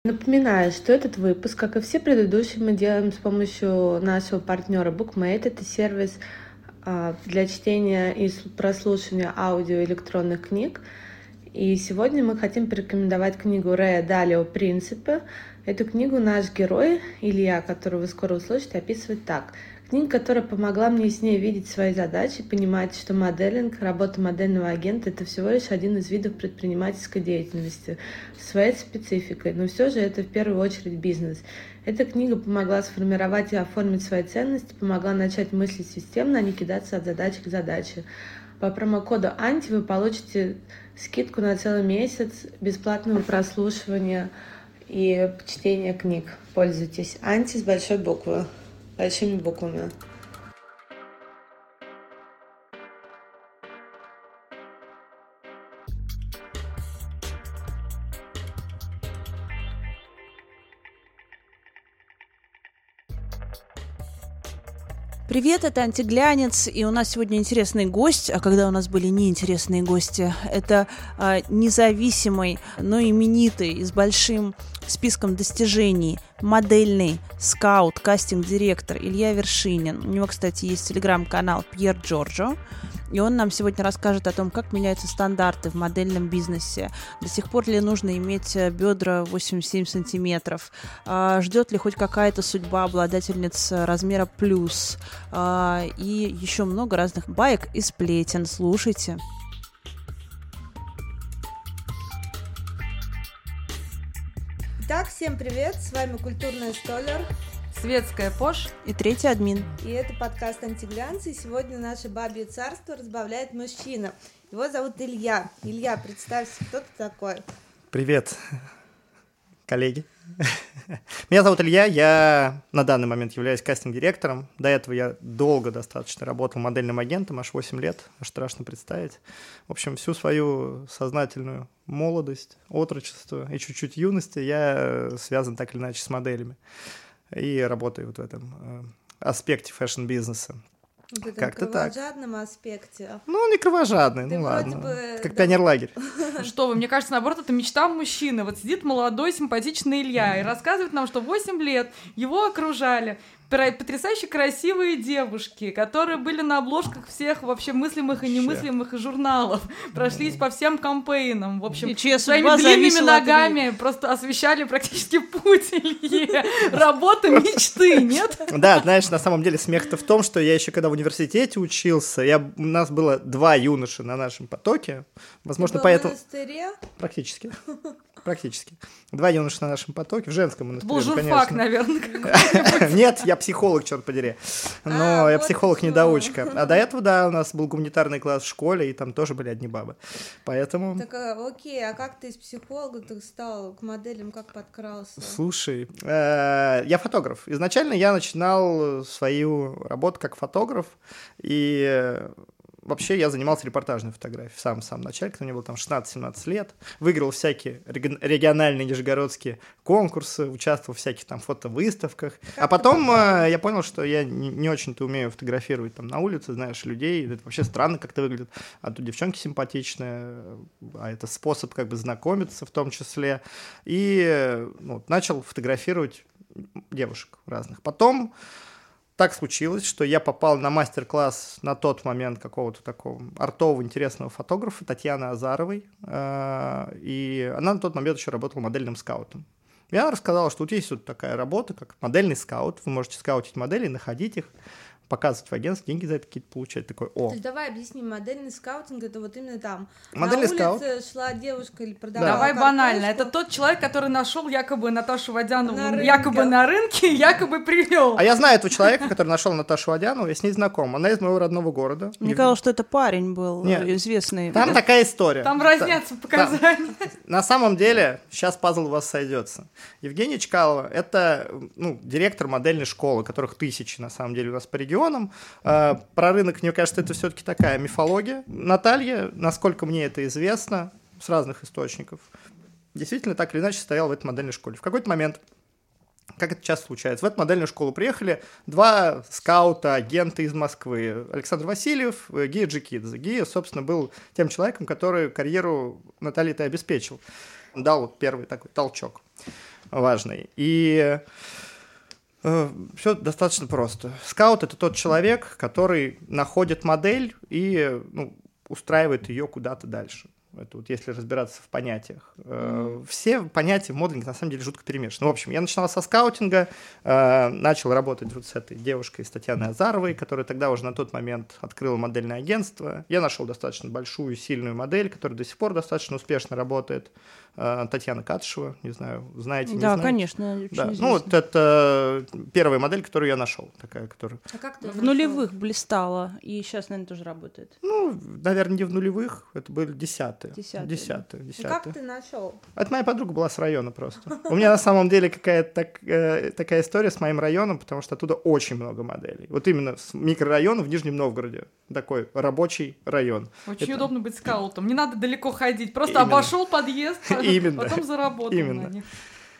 Напоминаю, что этот выпуск, как и все предыдущие, мы делаем с помощью нашего партнера BookMate. Это сервис для чтения и прослушивания аудио и электронных книг. И сегодня мы хотим порекомендовать книгу Рэя Далио «Принципы». Эту книгу наш герой Илья, которого вы скоро услышите, описывает так. Книга, которая помогла мне яснее видеть свои задачи, понимать, что моделинг, работа модельного агента — это всего лишь один из видов предпринимательской деятельности с своей спецификой, но все же это в первую очередь бизнес. Эта книга помогла сформировать и оформить свои ценности, помогла начать мыслить системно, а не кидаться от задачи к задаче. По промокоду «Анти» вы получите скидку на целый месяц бесплатного прослушивания и чтения книг. Пользуйтесь. «Анти» с большой буквы. Большими буквами. Привет, это Антиглянец, и у нас сегодня интересный гость, а когда у нас были неинтересные гости, это независимый, но именитый и с большим списком достижений модельный скаут, кастинг-директор Илья Вершинин. У него, кстати, есть телеграм-канал Пьер Джорджо, и он нам сегодня расскажет о том, как меняются стандарты в модельном бизнесе, до сих пор ли нужно иметь бедра 87 сантиметров, ждет ли хоть какая-то судьба обладательниц размера плюс, и еще много разных баек и сплетен. Слушайте. Итак, всем привет, с вами Культурная Столер, Светская Пош и третий админ. И это подкаст «Антиглянцы», и сегодня наше бабье царство разбавляет мужчина. Его зовут Илья. Илья, представься, кто ты такой? Привет, коллеги. Меня зовут Илья, я на данный момент являюсь кастинг-директором. До этого я долго достаточно работал модельным агентом, аж 8 лет, аж страшно представить. В общем, всю свою сознательную молодость, отрочество и чуть-чуть юности я связан так или иначе с моделями. И работаю вот в этом аспекте фэшн-бизнеса. В этом как-то кровожадном аспекте. Ну, не кровожадный, Ты ну вроде ладно. бы, как да. пионерлагерь. Что вы, мне кажется, наоборот, это мечта мужчины. Вот сидит молодой, симпатичный Илья и рассказывает нам, что 8 лет его окружали потрясающе красивые девушки, которые были на обложках всех вообще мыслимых и немыслимых журналов, прошлись по всем кампейнам, в общем, своими длинными ногами просто освещали практически путь Илье. Работа мечты, нет? Да, знаешь, на самом деле смех-то в том, что я еще когда в университете учился, у нас было 2 юноши на нашем потоке, возможно, поэтому... В монастыре? Практически. 2 юноши на нашем потоке, в женском монастыре, был журфак, наверное, какой-нибудь. Нет, я психолог, черт подери. Но я психолог-недоучка. А до этого, да, у нас был гуманитарный класс в школе, и там тоже были одни бабы. Поэтому... Так, окей, а как ты из психолога ты стал к моделям, как подкрался? Слушай, я фотограф. Изначально я начинал свою работу как фотограф, и... Вообще, я занимался репортажной фотографией в самом начале, когда мне было там 16-17 лет. Выиграл всякие региональные нижегородские конкурсы, участвовал в всяких там фотовыставках. А потом я понял, что я не очень-то умею фотографировать там на улице, знаешь, людей. Это вообще странно как-то выглядит. А тут девчонки симпатичные, а это способ как бы знакомиться в том числе. И начал фотографировать девушек разных. Потом... Так случилось, что я попал на мастер-класс на тот момент какого-то такого артового интересного фотографа Татьяны Азаровой, и она на тот момент еще работала модельным скаутом. И она рассказала, что вот есть вот такая работа, как модельный скаут, вы можете скаутить моделей, находить их, показывать в агентстве, деньги за это какие-то получать. Такой, То есть давай объясним, модельный скаутинг — это вот именно там модельный на улице шла девушка или продавала Давай картошку. банально, это тот человек, который нашел якобы Наташу Водянову на рынке, якобы привел. А я знаю этого человека, который нашел Наташу Водянову, я с ней знаком. Она из моего родного города. Мне казалось, что это парень был. Нет. Известный. Там такая история. Там разнятся показания. На самом деле, сейчас пазл у вас сойдется. Евгения Чкалова — это директор модельной школы, которых тысячи, на самом деле, у нас по регионам. Про рынок, мне кажется, это все-таки такая мифология. Наталья, насколько мне это известно, с разных источников, действительно так или иначе стояла в этой модельной школе. В какой-то момент, как это часто случается, в эту модельную школу приехали 2 скаута, агента из Москвы. Александр Васильев, Гия Джикидзе. Гия, собственно, был тем человеком, который карьеру Натальи-то обеспечил. дал вот первый такой толчок важный. И все достаточно просто. Скаут — это тот человек, который находит модель и устраивает ее куда-то дальше. Это вот если разбираться в понятиях. Все понятия в моделинге на самом деле жутко перемешаны. В общем, я начинал со скаутинга, начал работать вот с этой девушкой, с Татьяной Азаровой, которая тогда уже на тот момент открыла модельное агентство. Я нашел достаточно большую, сильную модель, которая до сих пор достаточно успешно работает. Татьяна Катышева, не знаю, знаете, не знаете? Да, конечно, очень известна. Вот это первая модель, которую я нашел. Такая, которая... А как ты в нулевых блистала, и сейчас, наверное, тоже работает. Наверное, не в нулевых, это были десятые. И как ты нашел? Это моя подруга была с района просто. У меня на самом деле какая-то такая история с моим районом, потому что оттуда очень много моделей. Вот именно с микрорайона в Нижнем Новгороде. Такой рабочий район. Очень удобно быть скаутом. Не надо далеко ходить. Просто обошел подъезд, потом заработал на них.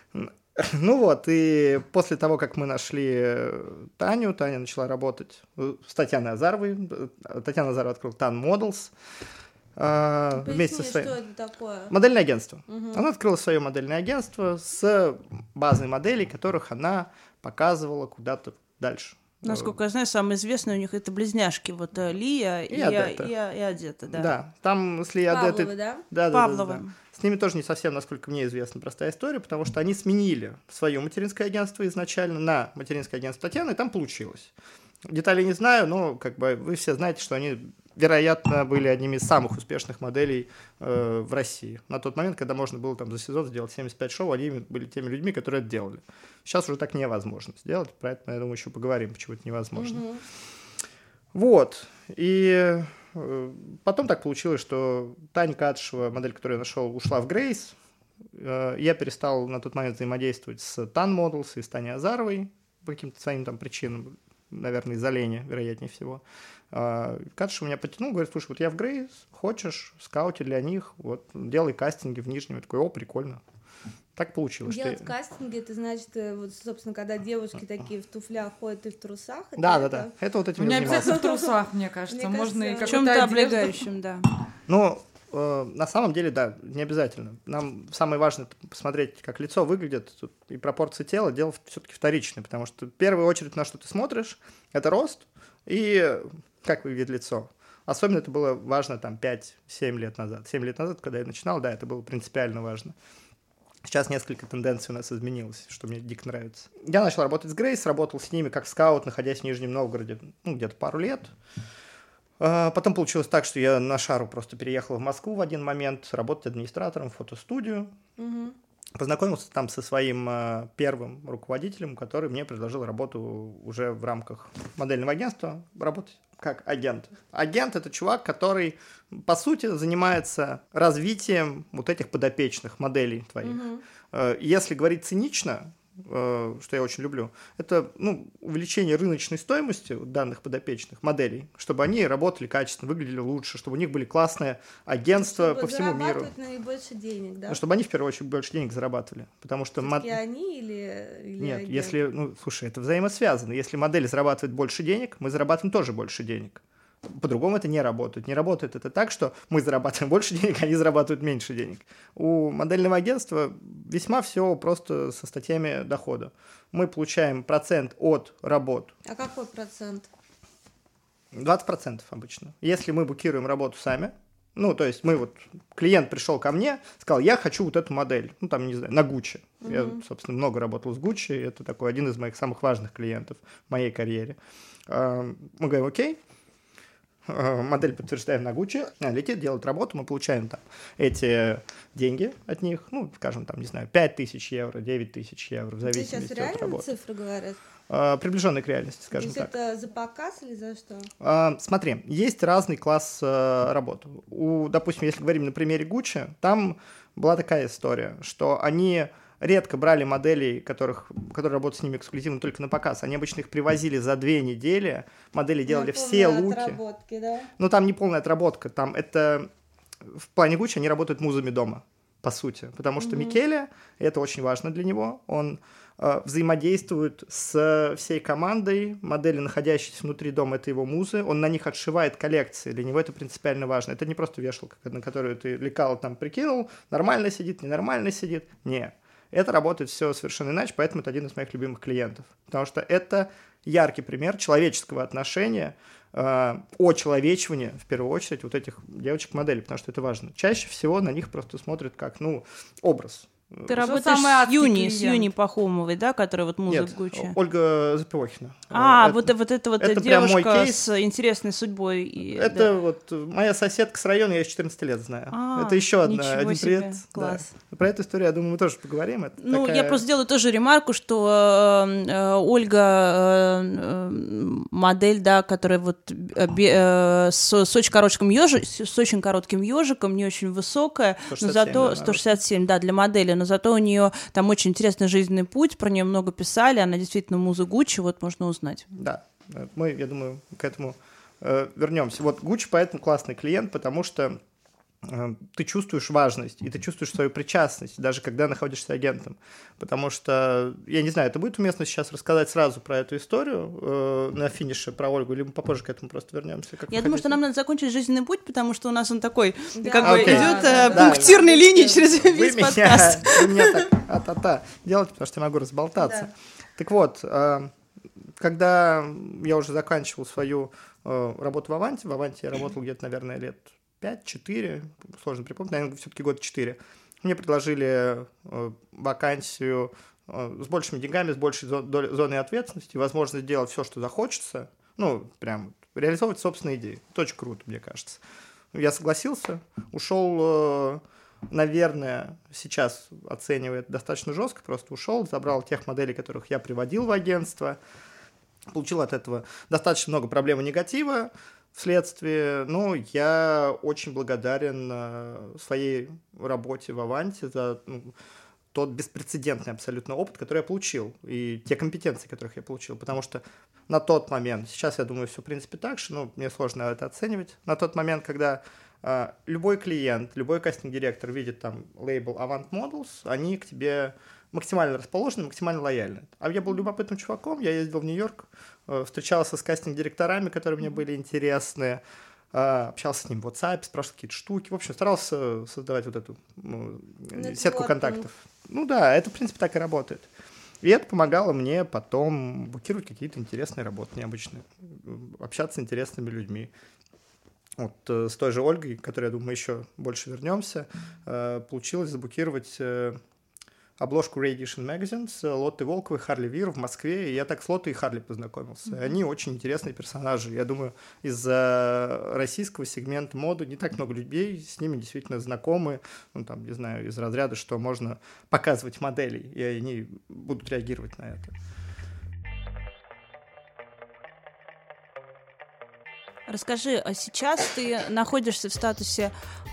И после того, как мы нашли Таню, Таня начала работать с Татьяной Азаровой. Татьяна Азарова открыла Tan Models. Вместе со своим... что это такое? Модельное агентство. Она открыла свое модельное агентство с базой моделей, которых она показывала куда-то дальше. Насколько я знаю, самое известное у них это близняшки. Вот Лия и Одетта. Да, там с Лией Одеттой... Павловы, да? Да. Павловы. С ними тоже не совсем, насколько мне известна, простая история, потому что они сменили свое материнское агентство изначально на материнское агентство Татьяны, и там получилось. Деталей не знаю, но вы все знаете, что они, вероятно, были одними из самых успешных моделей в России. На тот момент, когда можно было там за сезон сделать 75 шоу, они были теми людьми, которые это делали. Сейчас уже так невозможно сделать, про это, я думаю, еще поговорим, почему это невозможно. И потом так получилось, что Таня Катышева, модель, которую я нашел, ушла в Грейс. Я перестал на тот момент взаимодействовать с Tan Models и с Таней Азаровой по каким-то своим там причинам. Наверное, из-за лени, вероятнее всего. Катышева меня потянул, говорит: слушай, вот я в Грейс, хочешь, скаути для них, вот, делай кастинги в Нижнем. Я такой: прикольно. Так получилось. Делать кастинги, это значит, вот, собственно, когда девушки такие в туфлях ходят и в трусах. Да. Это вот этим не я обязательно занимался. в трусах, мне кажется. Можно и в какой-то чем-то облегающем, да. На самом деле, да, не обязательно. Нам самое важное посмотреть, как лицо выглядит, и пропорции тела, дело все-таки вторичное, потому что в первую очередь, на что ты смотришь, это рост и как выглядит лицо. Особенно это было важно там 5-7 лет назад. 7 лет назад, когда я начинал, да, это было принципиально важно. Сейчас несколько тенденций у нас изменилось, что мне дико нравится. Я начал работать с Грейс, работал с ними как скаут, находясь в Нижнем Новгороде, где-то пару лет. Потом получилось так, что я на шару просто переехал в Москву в один момент, работать администратором в фотостудию. Познакомился там со своим первым руководителем, который мне предложил работу уже в рамках модельного агентства, работать как агент. Агент — это чувак, который, по сути, занимается развитием вот этих подопечных моделей твоих. Если говорить цинично, что я очень люблю, это увеличение рыночной стоимости данных подопечных моделей, чтобы они работали качественно, выглядели лучше, чтобы у них были классные агентства по всему миру. Зарабатывать наибольше денег, да? Чтобы они, в первую очередь, больше денег зарабатывали. Потому что они или Нет, агент? если... слушай, это взаимосвязано. Если модель зарабатывает больше денег, мы зарабатываем тоже больше денег. По-другому это не работает. Не работает это так, что мы зарабатываем больше денег, они зарабатывают меньше денег. У модельного агентства весьма все просто со статьями дохода. Мы получаем процент от работ. А какой процент? 20% обычно. Если мы букируем работу сами, то есть клиент пришел ко мне, сказал: я хочу вот эту модель, не знаю, на Gucci. Я, собственно, много работал с Gucci, это такой один из моих самых важных клиентов в моей карьере. Мы говорим: окей. Модель подтверждаем на Gucci, летит, делает работу, мы получаем там эти деньги от них, скажем, там, не знаю, 5000 евро, 9000 евро, в зависимости от работы. Сейчас реально цифры говорят? Приближенные к реальности, скажем так. То есть это за показ или за что? Смотри, есть разный класс работ. Допустим, если говорим на примере Gucci, там была такая история, что они редко брали моделей, которые работают с ними эксклюзивно только на показ. Они обычно их привозили за 2 недели, модели делали все луки. Отработки, да? Там не полная отработка, там это в плане Gucci они работают музами дома. по сути, потому что Микеле, это очень важно для него, он взаимодействует с всей командой, модели, находящиеся внутри дома, это его музы, он на них отшивает коллекции, для него это принципиально важно. Это не просто вешалка, на которую ты лекал, там, прикинул, нормально сидит, ненормально сидит, не. Это работает все совершенно иначе, поэтому это один из моих любимых клиентов, потому что это яркий пример человеческого отношения, очеловечивания, в первую очередь, вот этих девочек-моделей, потому что это важно. Чаще всего на них просто смотрят как, образ. Ты работаешь с Юней Пахомовой, да, которая вот музыка Нет, Гуччи? Ольга Запивохина. Это девушка с интересной судьбой. Это вот моя соседка с района, я ее 14 лет знаю. Это еще один привет. Класс. Да. Про эту историю, я думаю, мы тоже поговорим. Это я просто сделаю тоже ремарку, что Ольга модель, да, которая вот с очень коротким ежиком, не очень высокая, 167, но зато 167, да, для модели. Но зато у нее там очень интересный жизненный путь, про нее много писали, она действительно муза Гуччи, вот можно узнать. Да, мы, я думаю, к этому вернемся. Вот Гуччи поэтому классный клиент, потому что ты чувствуешь важность, и ты чувствуешь свою причастность, даже когда находишься агентом. Потому что, я не знаю, это будет уместно сейчас рассказать сразу про эту историю на финише, про Ольгу, либо попозже к этому просто вернемся. Я думаю, что нам надо закончить жизненный путь, потому что у нас он такой, да. идет пунктирной линией через весь подкаст. Вы меня так делаете, потому что я могу разболтаться. Да. Так вот, когда я уже заканчивал свою работу в Аванте я работал где-то, наверное, лет 5-4, сложно припомнить, наверное, все-таки года 4. Мне предложили вакансию с большими деньгами, с большей зоной ответственности, возможность делать все, что захочется, прям реализовывать собственные идеи. Это очень круто, мне кажется. Я согласился, ушел, наверное, сейчас оцениваю это достаточно жестко, просто ушел, забрал тех моделей, которых я приводил в агентство, получил от этого достаточно много проблем и негатива, вследствие, я очень благодарен своей работе в Аванте за тот беспрецедентный абсолютно опыт, который я получил, и те компетенции, которых я получил, потому что на тот момент, сейчас я думаю, все в принципе так же, мне сложно это оценивать, на тот момент, когда любой клиент, любой кастинг-директор видит там лейбл Avant Models, они к тебе максимально расположены, максимально лояльны. А я был любопытным чуваком, я ездил в Нью-Йорк, встречался с кастинг-директорами, которые мне были интересны, общался с ним в WhatsApp, спрашивал какие-то штуки. В общем, старался создавать вот эту сетку контактов. Это, в принципе, так и работает. И это помогало мне потом букировать какие-то интересные работы, необычные, общаться с интересными людьми. Вот с той же Ольгой, к которой, я думаю, еще больше вернемся, получилось забукировать обложку Radiation Magazine с Лоттой Волковой, Харли Вир в Москве, и я так с Лоттой и Харли познакомился. Они очень интересные персонажи. Я думаю, из российского сегмента моды не так много людей с ними действительно знакомы, не знаю, из разряда, что можно показывать моделей, и они будут реагировать на это. Расскажи, а сейчас ты находишься в статусе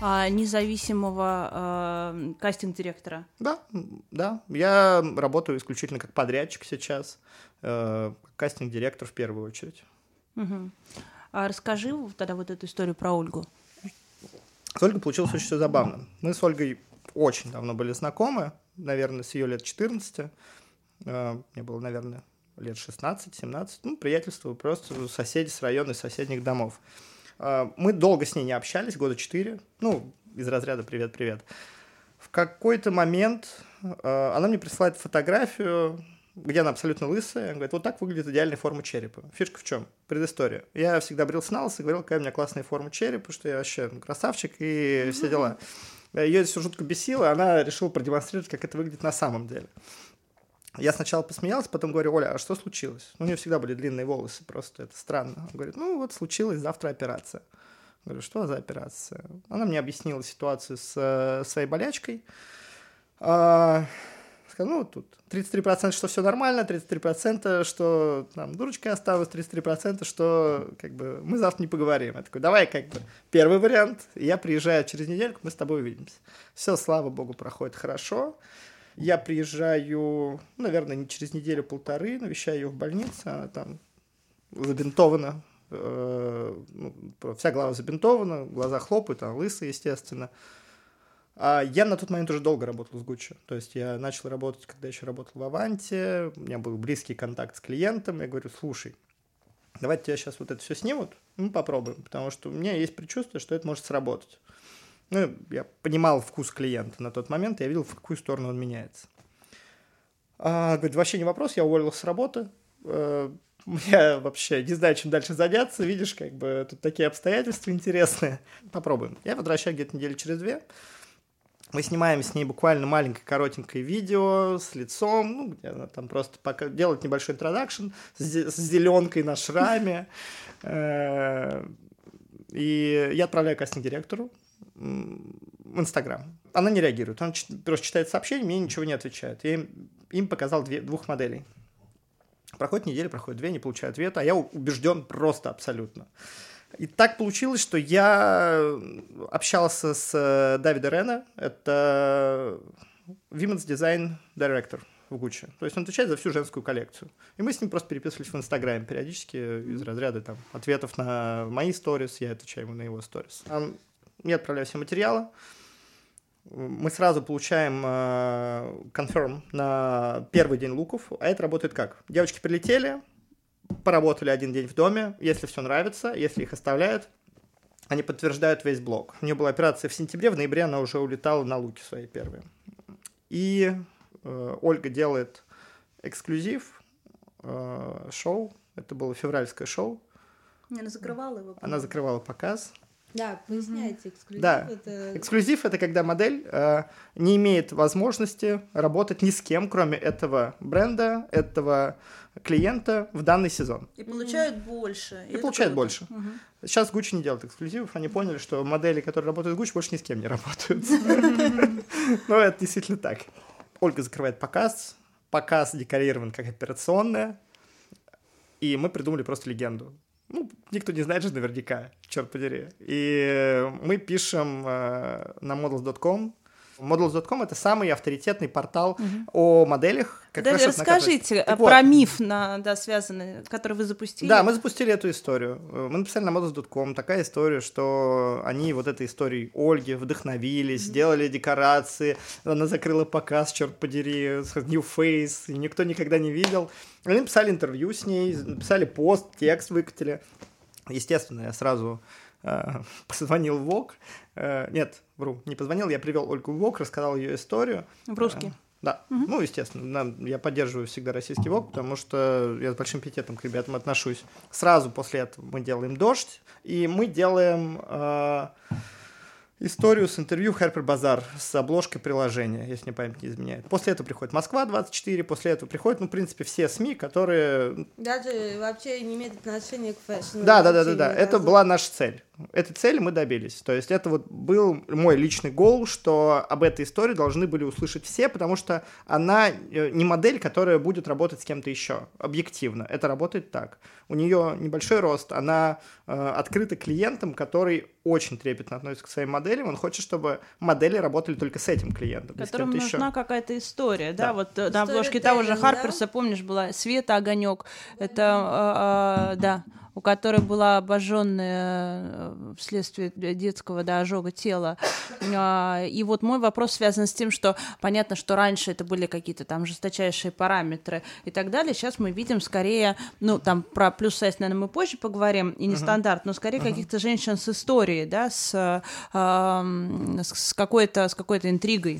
независимого кастинг-директора? Да. Я работаю исключительно как подрядчик сейчас, кастинг-директор в первую очередь. Угу. А расскажи тогда вот эту историю про Ольгу. С Ольгой получилось очень все забавно. Мы с Ольгой очень давно были знакомы, наверное, с ее лет 14. Мне было, наверное, лет 16-17, приятельство, просто соседи с района, из соседних домов. Мы долго с ней не общались, года 4, из разряда «привет-привет». В какой-то момент она мне присылает фотографию, где она абсолютно лысая, говорит, вот так выглядит идеальная форма черепа. Фишка в чем? Предыстория. Я всегда брился на лысо и говорил, какая у меня классная форма черепа, что я вообще красавчик и все дела. Ее это все жутко бесило, она решила продемонстрировать, как это выглядит на самом деле. Я сначала посмеялся, потом говорю, Оля, а что случилось? У нее всегда были длинные волосы, просто это странно. Он говорит, случилась завтра операция. Я говорю, что за операция? Она мне объяснила ситуацию с своей болячкой. Сказала, тут 33%, что все нормально, 33%, что дурочкой осталось, 33%, что мы завтра не поговорим. Я такой, давай первый вариант. Я приезжаю через недельку, мы с тобой увидимся. Все, слава богу, проходит хорошо. Я приезжаю, наверное, не через неделю-полторы, навещаю ее в больнице, она там забинтована, вся голова забинтована, глаза хлопают, она лысая, естественно. Я на тот момент уже долго работал с Gucci. То есть я начал работать, когда еще работал в Аванте. У меня был близкий контакт с клиентом. Я говорю, слушай, давайте тебя сейчас вот это все снимут, мы попробуем. Потому что у меня есть предчувствие, что это может сработать. Я понимал вкус клиента на тот момент, я видел, в какую сторону он меняется. Говорит, вообще не вопрос, я уволился с работы. Я вообще не знаю, чем дальше заняться. Видишь, как бы тут такие обстоятельства интересные. Попробуем. Я возвращаюсь где-то недели через 2. Мы снимаем с ней буквально маленькое коротенькое видео с лицом, где она там просто делает небольшой интродакшн с зеленкой на шраме. И я отправляю кастинг-директору в Инстаграм. Она не реагирует. Она просто читает сообщение, мне ничего не отвечает. Я им показал 2 моделей. Проходит неделя, проходит 2, не получаю ответа, а я убежден просто абсолютно. И так получилось, что я общался с Давидом Рена, это Women's Design Director в Gucci. То есть он отвечает за всю женскую коллекцию. И мы с ним просто переписывались в Инстаграме периодически из разряда там, ответов на мои сторис, я отвечаю ему на его сторис. Я отправляю все материалы. Мы сразу получаем конферм на первый день луков. А это работает как? Девочки прилетели, поработали 1 день в доме. Если все нравится, если их оставляют, они подтверждают весь блок. У нее была операция в сентябре, в ноябре она уже улетала на луки свои первые. И Ольга делает эксклюзив, шоу. Это было февральское шоу. Она закрывала его. Она закрывала показ. Да, поясняйте, эксклюзив. Да, это... эксклюзив — это когда модель не имеет возможности работать ни с кем, кроме этого бренда, этого клиента в данный сезон. И получают больше. И получают больше. Сейчас Gucci не делает эксклюзивов, они поняли, что модели, которые работают в Gucci, больше ни с кем не работают. Но это действительно так. Ольга закрывает показ, показ декорирован как операционная, и мы придумали просто легенду. Никто не знает же наверняка, черт подери. И мы пишем на models.com. Models.com — это самый авторитетный портал о моделях. Даже расскажите про миф, связанный, который вы запустили. Да, мы запустили эту историю. Мы написали на models.com такая история, что они вот этой историей Ольги вдохновились, сделали декорации, она закрыла показ, черт подери, с New Face, и никто никогда не видел. Они написали интервью с ней, написали пост, текст выкатили. Естественно, я сразу позвонил в Vogue. Нет, вру, не позвонил, я привел Ольгу в Vogue, рассказал ее историю. В русский? Да, естественно, я поддерживаю всегда российский Vogue, потому что я с большим пиететом к ребятам отношусь. Сразу после этого мы делаем «Дождь», и мы делаем историю с интервью в Harper Bazaar с обложкой приложения, если мне память не изменяет. После этого приходит Москва-24, после этого приходят, в принципе, все СМИ, которые... Даже вообще не имеют отношения к фэшну. Да. Это была наша цель. Этой цели мы добились. То есть это вот был мой личный гол, что об этой истории должны были услышать все, потому что она не модель, которая будет работать с кем-то еще. Объективно. Это работает так. У нее небольшой рост, она открыта клиентам, который очень трепетно относится к своим моделям. Он хочет, чтобы модели работали только с этим клиентом. Которым нужна какая-то история. Да, вот история на обложке того же Харперса, помнишь, была Света Огонек. Это, у которой была обожженная вследствие детского ожога тела. И вот мой вопрос связан с тем, что понятно, что раньше это были какие-то там жесточайшие параметры и так далее. Сейчас мы видим скорее, там про плюс-сайз, наверное, мы позже поговорим, и нестандарт, но скорее каких-то женщин с историей, да, с какой-то интригой.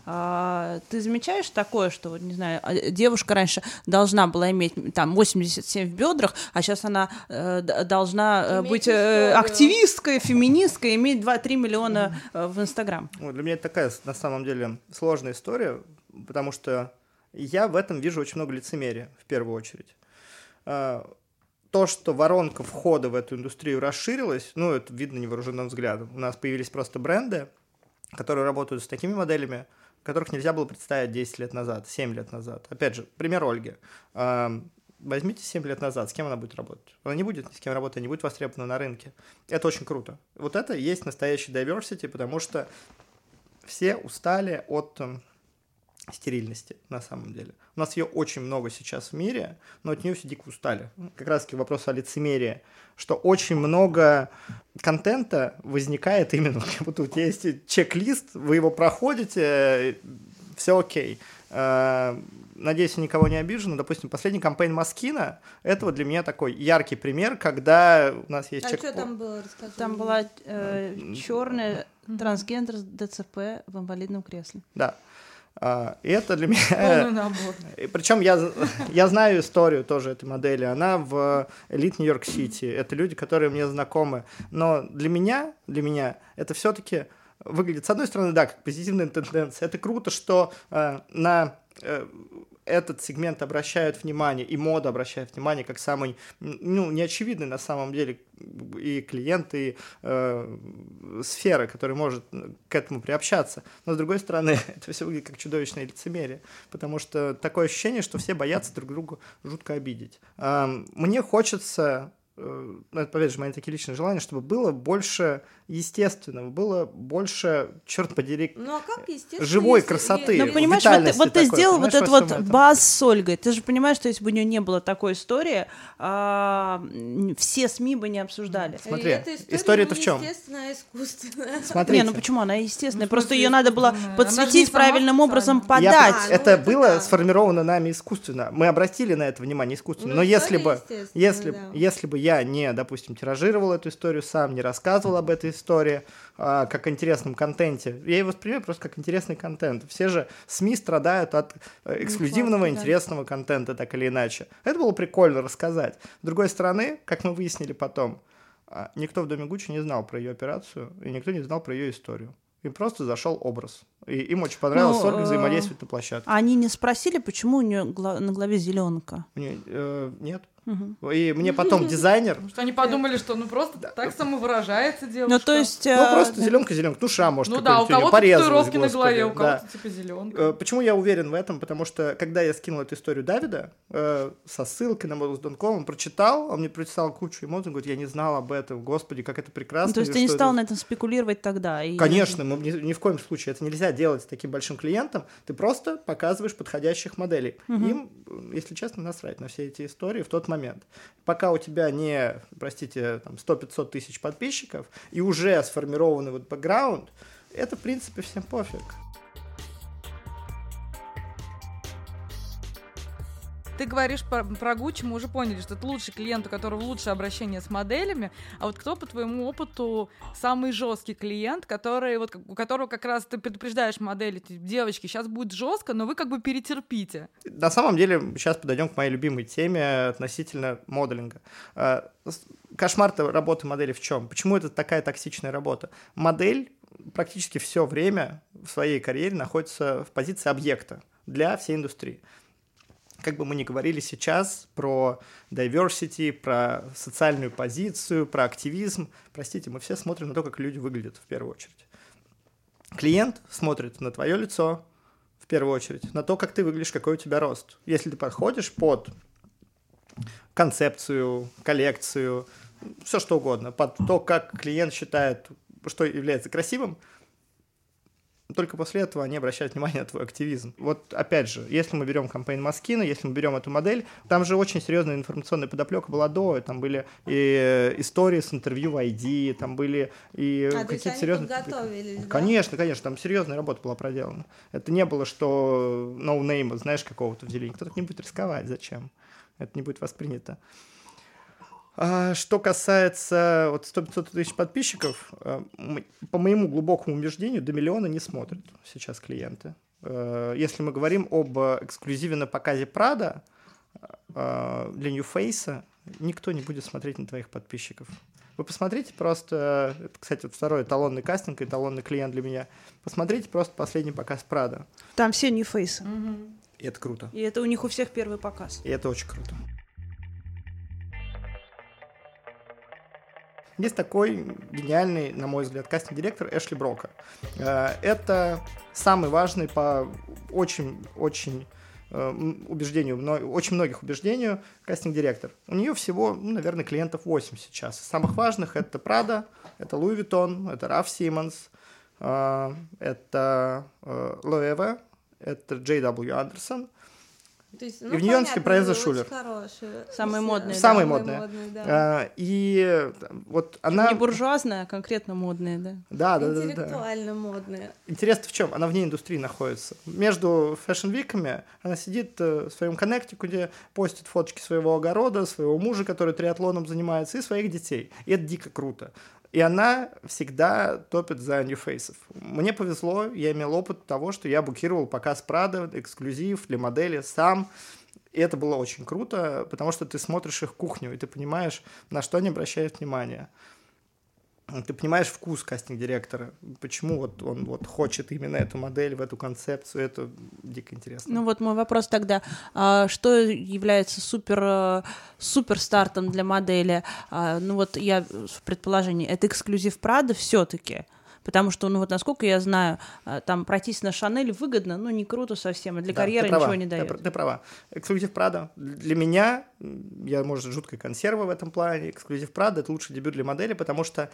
Ты замечаешь такое, что, не знаю, девушка раньше должна была иметь там 87 в бедрах, а сейчас она должна быть активисткой, феминисткой, иметь 2-3 миллиона в Инстаграм. Для меня это такая, на самом деле, сложная история, потому что я в этом вижу очень много лицемерия, в первую очередь. То, что воронка входа в эту индустрию расширилась, это видно невооруженным взглядом. У нас появились просто бренды, которые работают с такими моделями, которых нельзя было представить 10 лет назад, 7 лет назад. Опять же, пример Ольги. Возьмите 7 лет назад, с кем она будет работать? Она не будет ни с кем работать, не будет востребована на рынке. Это очень круто. Вот это и есть настоящий diversity, потому что все устали от стерильности, на самом деле. У нас ее очень много сейчас в мире, но от нее все дико устали. Как раз-таки вопрос о лицемерии, что очень много контента возникает именно, как будто у тебя есть чек-лист, вы его проходите, все окей. Надеюсь, я никого не обижу, но, допустим, последний кампейн Москина — это вот для меня такой яркий пример, когда у нас есть что там было, расскажи. Там была черная трансгендер с ДЦП в инвалидном кресле. Да. И это для меня... Полный набор. Причем я знаю историю тоже этой модели. Она в элит Нью-Йорк-Сити. Это люди, которые мне знакомы. Но для меня это все-таки выглядит, с одной стороны, да, как позитивная тенденция. Это круто, что на этот сегмент обращают внимание, и мода обращает внимание как самый, неочевидный на самом деле и клиент, и сфера, которая может к этому приобщаться. Но, с другой стороны, это все выглядит как чудовищное лицемерие, потому что такое ощущение, что все боятся друг друга жутко обидеть. Мне хочется... это, опять же, мои такие личные желания, чтобы было больше естественного, было больше, черт подери, живой красоты. Ну, понимаешь, вот ты сделал вот этот вот баз с Ольгой. Ты же понимаешь, что если бы у нее не было такой истории, все СМИ бы не обсуждали. Смотри, история-то в чем? Естественная, искусственная. Смотрите. Не, почему? Она естественная. Просто ее надо было подсветить, правильным образом подать. Это было сформировано нами искусственно. Мы обратили на это внимание искусственно. Но если бы я не, допустим, тиражировал эту историю сам, не рассказывал об этой истории как о интересном контенте, я его воспринимаю просто как интересный контент. Все же СМИ страдают от эксклюзивного интересного контента, так или иначе. Это было прикольно рассказать. С другой стороны, как мы выяснили потом, никто в Доме Гуччи не знал про ее операцию, и никто не знал про ее историю. Им просто зашел образ. И им очень понравилось с Ольгой взаимодействовать на площадке. Они не спросили, почему у нее на голове зеленка? Нет. И мне потом дизайнер... Потому что они подумали, что просто так самовыражается девушка. Ну, то есть... просто зеленка. Ну, шрам, может, у кого-то татуировки на голове, у кого-то типа зеленка. Почему я уверен в этом? Потому что, когда я скинул эту историю Давида со ссылкой на models.com, он прочитал, он мне прочитал кучу эмоций, говорит, я не знал об этом, господи, как это прекрасно. То есть ты не стал на этом спекулировать тогда? Конечно, ни в коем случае. Это нельзя делать с таким большим клиентом. Ты просто показываешь подходящих моделей. Им, если честно, насрать на все эти истории в тот момент. Пока у тебя не, простите, 100-500 тысяч подписчиков и уже сформированный вот бэкграунд, это, в принципе, всем пофиг. Ты говоришь про Гуччи, мы уже поняли, что это лучший клиент, у которого лучшее обращение с моделями. А вот кто, по твоему опыту, самый жесткий клиент, у которого как раз ты предупреждаешь модели, девочки, сейчас будет жестко, но вы как бы перетерпите. На самом деле, сейчас подойдем к моей любимой теме относительно моделинга. Кошмар работы модели в чем? Почему это такая токсичная работа? Модель практически все время в своей карьере находится в позиции объекта для всей индустрии. Как бы мы ни говорили сейчас про diversity, про социальную позицию, про активизм, простите, мы все смотрим на то, как люди выглядят в первую очередь. Клиент смотрит на твое лицо в первую очередь, на то, как ты выглядишь, какой у тебя рост. Если ты подходишь под концепцию, коллекцию, все что угодно, под то, как клиент считает, что является красивым, только после этого они обращают внимание на твой активизм. Вот опять же, если мы берем кампейн Москина, если мы берем эту модель, там же очень серьезная информационная подоплека была до, там были и истории с интервью в ID, там были и какие-то серьезные... подготовились, Конечно, там серьезная работа была проделана. Это не было, что ноунейма, знаешь, какого-то взяли. Никто так не будет рисковать, зачем? Это не будет воспринято. Что касается 100-500 тысяч подписчиков, по моему глубокому убеждению, до миллиона не смотрят сейчас клиенты. Если мы говорим об эксклюзиве на показе Prada для New Face, никто не будет смотреть на твоих подписчиков. Вы посмотрите просто, это, кстати, второй эталонный кастинг, эталонный клиент для меня, посмотрите просто последний показ Prada. Там все New Face. И это круто. И это у них у всех первый показ. И это очень круто. Есть такой гениальный, на мой взгляд, кастинг-директор Эшли Брока. Это самый важный по очень убеждению, очень многих убеждению кастинг-директор. У нее всего, наверное, клиентов 8 сейчас. Из самых важных это Prada, это Louis Vuitton, это Raf Simons, это Loewe, это J.W. Андерсон. То есть, и в Нью-Йорке Прайза Шулер. Самые модные. Самые модные. Да. И вот она... Не буржуазная, а конкретно модные, да? Да. Интеллектуально модные. Интересно в чем? Она вне индустрии находится. Между фэшн-виками она сидит в своем Коннектикуте, постит фоточки своего огорода, своего мужа, который триатлоном занимается, и своих детей. И это дико круто. И она всегда топит за New Faces. Мне повезло, я имел опыт того, что я букировал показ Prada, эксклюзив для модели сам. И это было очень круто, потому что ты смотришь их кухню, и ты понимаешь, на что они обращают внимание. Ты понимаешь вкус кастинг-директора, почему вот он вот хочет именно эту модель, в эту концепцию, это дико интересно. Ну вот мой вопрос тогда, что является суперстартом для модели? Ну вот я в предположении, это эксклюзив Prada все-таки, потому что, ну вот насколько я знаю, там пройтись на Шанель выгодно, но не круто совсем, и для карьеры ничего не дает. Ты права. Эксклюзив Prada для меня, я, может, жуткая консерва в этом плане, эксклюзив Prada — это лучший дебют для модели, потому что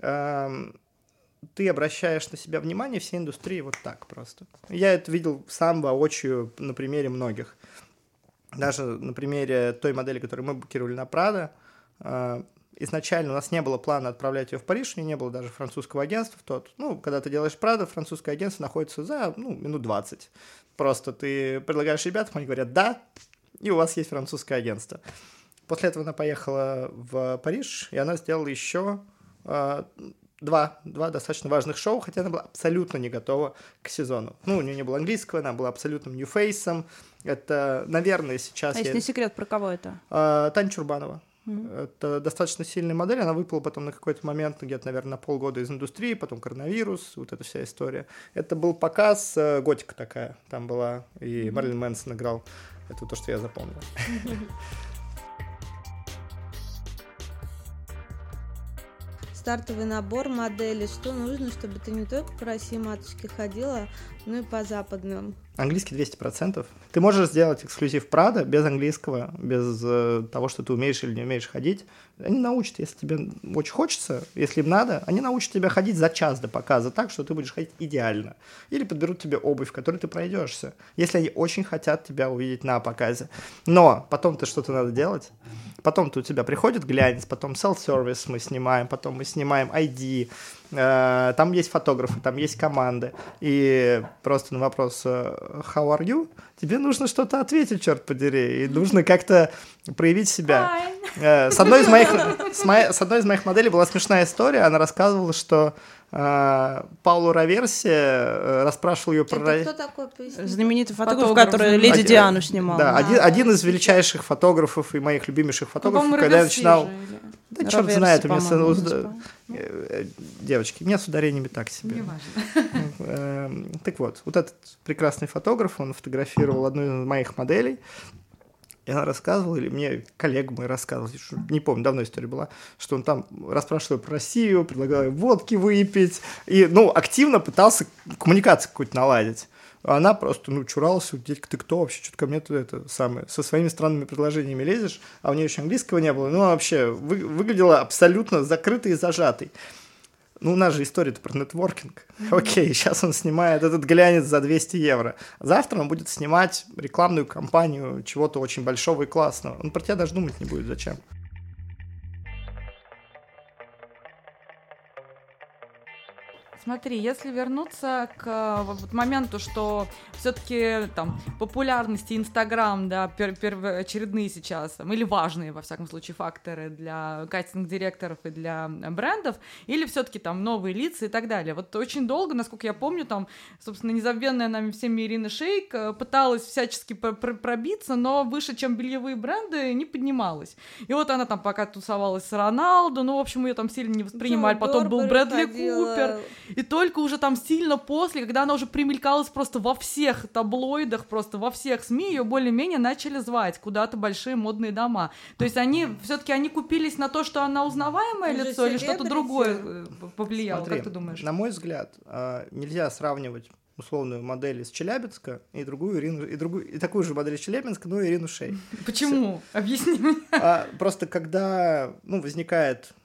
ты обращаешь на себя внимание всей индустрии вот так просто. Я это видел сам воочию на примере многих. Даже на примере той модели, которую мы букировали на Prada, изначально у нас не было плана отправлять ее в Париж, у нее не было даже французского агентства в тот. Ну, когда ты делаешь Prada, французское агентство находится за минут 20. Просто ты предлагаешь ребятам, они говорят «да», и у вас есть французское агентство. После этого она поехала в Париж, и она сделала еще два достаточно важных шоу, хотя она была абсолютно не готова к сезону. Ну, у нее не было английского, она была абсолютным ньюфейсом. Это, наверное, сейчас... если не секрет, про кого это? Таня Чурбанова. Это достаточно сильная модель, она выпала потом на какой-то момент, где-то, наверное, на полгода из индустрии, потом коронавирус, вот эта вся история. Это был показ, готика такая там была, и Марлин Мэнсон играл. Это то, что я запомнил. Стартовый набор модели. Что нужно, чтобы ты не только по России матушке ходила, но и по западным? Английский 200%. Ты можешь сделать эксклюзив Prada без английского, без того, что ты умеешь или не умеешь ходить. Они научат, если тебе очень хочется, если им надо, они научат тебя ходить за час до показа так, что ты будешь ходить идеально. Или подберут тебе обувь, в которой ты пройдешься, если они очень хотят тебя увидеть на показе. Но потом-то что-то надо делать. Потом-то у тебя приходит глянец, потом self-service мы снимаем, потом мы снимаем ID, там есть фотографы, там есть команды. И просто на вопрос «How are you?» тебе нужно что-то ответить, черт подери, и нужно как-то проявить себя. С одной из моих моделей была смешная история, она рассказывала, что Пауло Раверси расспрашивал ее про... Это кто такой, поясни? Знаменитый фотограф, который Леди Диану снимал. Да, один из величайших фотографов и моих любимейших фотографов, когда я начинал... Да черт знает, у меня... Девочки, у меня с ударениями так себе. Неважно. Так вот этот прекрасный фотограф, он фотографировал одну из моих моделей, и она рассказывала, или мне коллега мой рассказывал, не помню, давно история была, что он там расспрашивал про Россию, предлагал ей водки выпить, и, активно пытался коммуникацию какую-то наладить. А она просто, чуралась, ты кто вообще, что-то ко мне тут со своими странными предложениями лезешь, а у нее еще английского не было, вообще выглядела абсолютно закрытой и зажатой. У нас же история-то про нетворкинг. Окей, сейчас он снимает этот глянец за 200 евро. Завтра он будет снимать рекламную кампанию чего-то очень большого и классного. Он про тебя даже думать не будет, зачем. Смотри, если вернуться к моменту, что все-таки там популярности Инстаграм, да, первоочередные сейчас, или важные, во всяком случае, факторы для кастинг-директоров и для брендов, или все-таки там новые лица и так далее. Вот очень долго, насколько я помню, там, собственно, незабвенная нами всеми Ирина Шейк пыталась всячески пробиться, но выше, чем бельевые бренды, не поднималась. И вот она там пока тусовалась с Роналду, в общем, ее там сильно не воспринимали, потом был Брэдли Купер. И только уже там сильно после, когда она уже примелькалась просто во всех таблоидах, просто во всех СМИ, ее более-менее начали звать куда-то большие модные дома. То есть они купились на то, что она узнаваемое лицо, или что-то другое повлияло. Смотри, как ты думаешь? На мой взгляд, нельзя сравнивать условную модель из Челябинска и другую Ирину, и такую же модель из Челябинска, но Ирину Шейк. Почему? Объясни мне. Просто когда возникает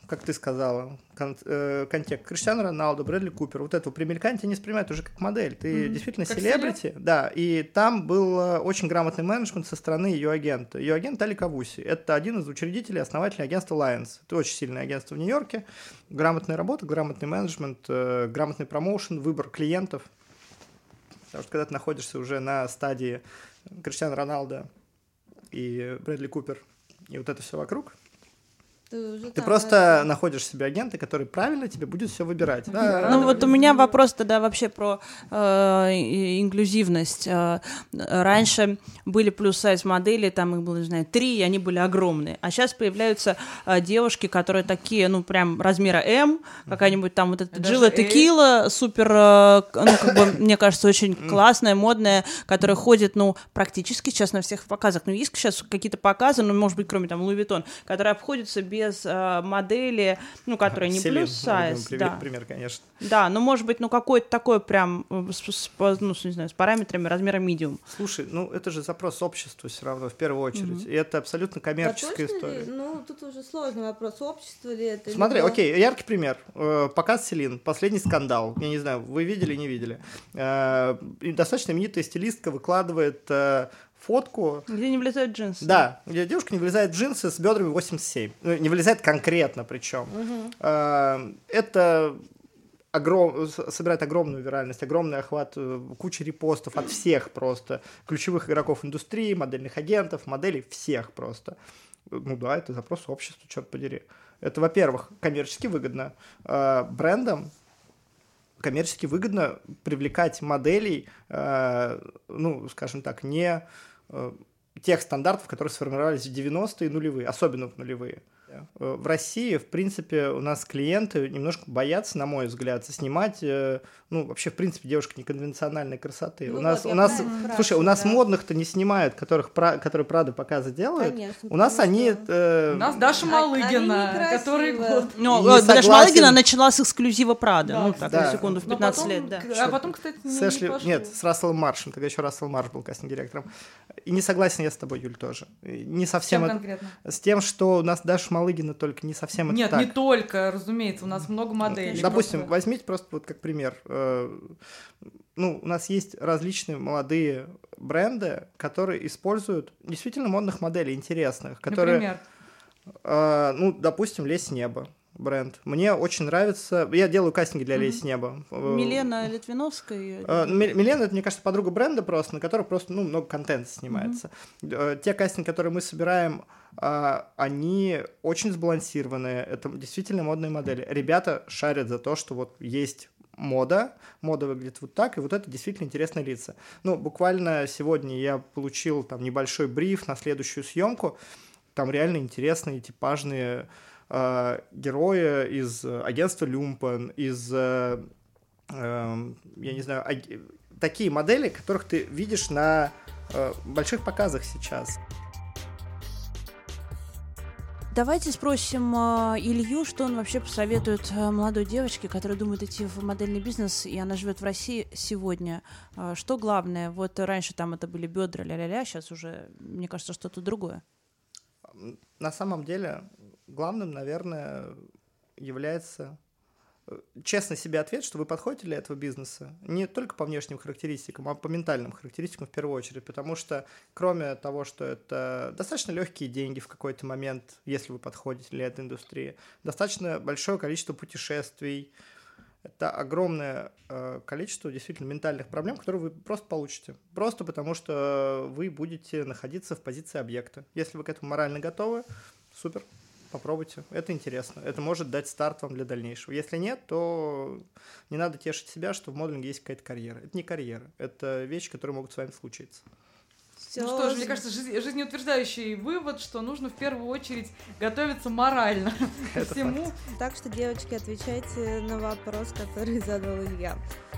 как ты сказала, контекст. Криштиану Роналду, Брэдли Купер, вот эту примелькание тебя не воспринимают уже как модель. Ты действительно как селебрити. Да, и там был очень грамотный менеджмент со стороны ее агента. Ее агент Али Кавуси. Это один из учредителей, основателей агентства Lions. Это очень сильное агентство в Нью-Йорке. Грамотная работа, грамотный менеджмент, грамотный промоушен, выбор клиентов. Потому что когда ты находишься уже на стадии Криштиану Роналдо и Брэдли Купер, и вот это все вокруг, ты просто находишь себе агента, который правильно тебе будет все выбирать. Да, ну вот у меня вопрос тогда вообще про инклюзивность. Раньше были плюс-сайз модели, там их было, не знаю, 3, и они были огромные. А сейчас появляются девушки, которые такие, ну прям размера М, какая-нибудь там вот эта Джилла Текила, супер, ну как бы, мне кажется, очень классная, модная, которая ходит, ну, практически сейчас на всех показах. Ну, есть сейчас какие-то показы, ну, может быть, кроме там Луи Виттон, которые обходятся без модели, ну, которая не плюс-сайз. Да. Пример, конечно. Да, ну, может быть, ну, какой-то такой прям, ну, не знаю, с параметрами размера medium. Слушай, ну, это же запрос общества все равно, в первую очередь. И это абсолютно коммерческая история. Ну, тут уже сложный вопрос, общество ли это. Смотри, окей, яркий пример. Показ Селин, последний скандал. Я не знаю, вы видели, не видели. Достаточно именитая стилистка выкладывает фотку. Где не влезают джинсы. Да, где девушка не влезает в джинсы с бедрами 87. Не влезает конкретно причем. Это собирает огромную виральность, огромный охват, куча репостов от всех просто. Ключевых игроков индустрии, модельных агентов, моделей всех просто. Ну да, это запрос общества, черт подери. Это, во-первых, коммерчески выгодно брендам, коммерчески выгодно привлекать моделей, ну, скажем так, не тех стандартов, которые сформировались в 90-е и нулевые, особенно в нулевые. В России, в принципе, у нас клиенты немножко боятся, на мой взгляд, снимать, ну, вообще, в принципе, девушек неконвенциональной красоты. Ну у нас, слушай, у нас модных-то не снимают, которые Прада показы делают. Конечно, у нас они... У нас Даша Малыгина, который год. Ну, Даша Малыгина начала с эксклюзива Прады, ну, так, на секунду, в 15 потом, лет, да. А потом, кстати, не пошло. Нет, с Расселом Маршем, тогда еще Рассел Марш был кастинг-директором. И не согласен я с тобой, Юль, тоже. Не совсем... С чем конкретно? С тем, что у нас Даша Малыгина только не совсем Нет, это так. не только, разумеется, у нас много моделей. Допустим, возьмите просто вот как пример. Ну, у нас есть различные молодые бренды, которые используют действительно модных моделей, интересных. Которые, например? Ну, допустим, «Лезь с неба». Бренд. Мне очень нравится... Я делаю кастинги для «Лезь с неба». Милена Литвиновская? Милена — это, мне кажется, подруга бренда просто, на которой просто, ну, много контента снимается. Те кастинги, которые мы собираем, они очень сбалансированные. Это действительно модные модели. Ребята шарят за то, что вот есть мода выглядит вот так, и вот это действительно интересные лица. Ну, буквально сегодня я получил там небольшой бриф на следующую съемку. Там реально интересные, типажные герои из агентства Люмпен, из, я не знаю, такие модели, которых ты видишь на больших показах сейчас. Давайте спросим Илью, что он вообще посоветует молодой девочке, которая думает идти в модельный бизнес, и она живет в России сегодня. Что главное? Вот раньше там это были бедра, ля-ля-ля, сейчас уже, мне кажется, что-то другое. На самом деле, главным, наверное, является честно себе ответ, что вы подходите для этого бизнеса не только по внешним характеристикам, а по ментальным характеристикам в первую очередь, потому что кроме того, что это достаточно легкие деньги в какой-то момент, если вы подходите для этой индустрии, достаточно большое количество путешествий, это огромное количество действительно ментальных проблем, которые вы просто получите. Просто потому, что вы будете находиться в позиции объекта. Если вы к этому морально готовы, супер, попробуйте. Это интересно. Это может дать старт вам для дальнейшего. Если нет, то не надо тешить себя, что в моделинге есть какая-то карьера. Это не карьера. Это вещи, которые могут с вами случиться. Ну что ж, мне кажется, жизнеутверждающий вывод, что нужно в первую очередь готовиться морально ко всему. Так что, девочки, отвечайте на вопрос, который задал Илья.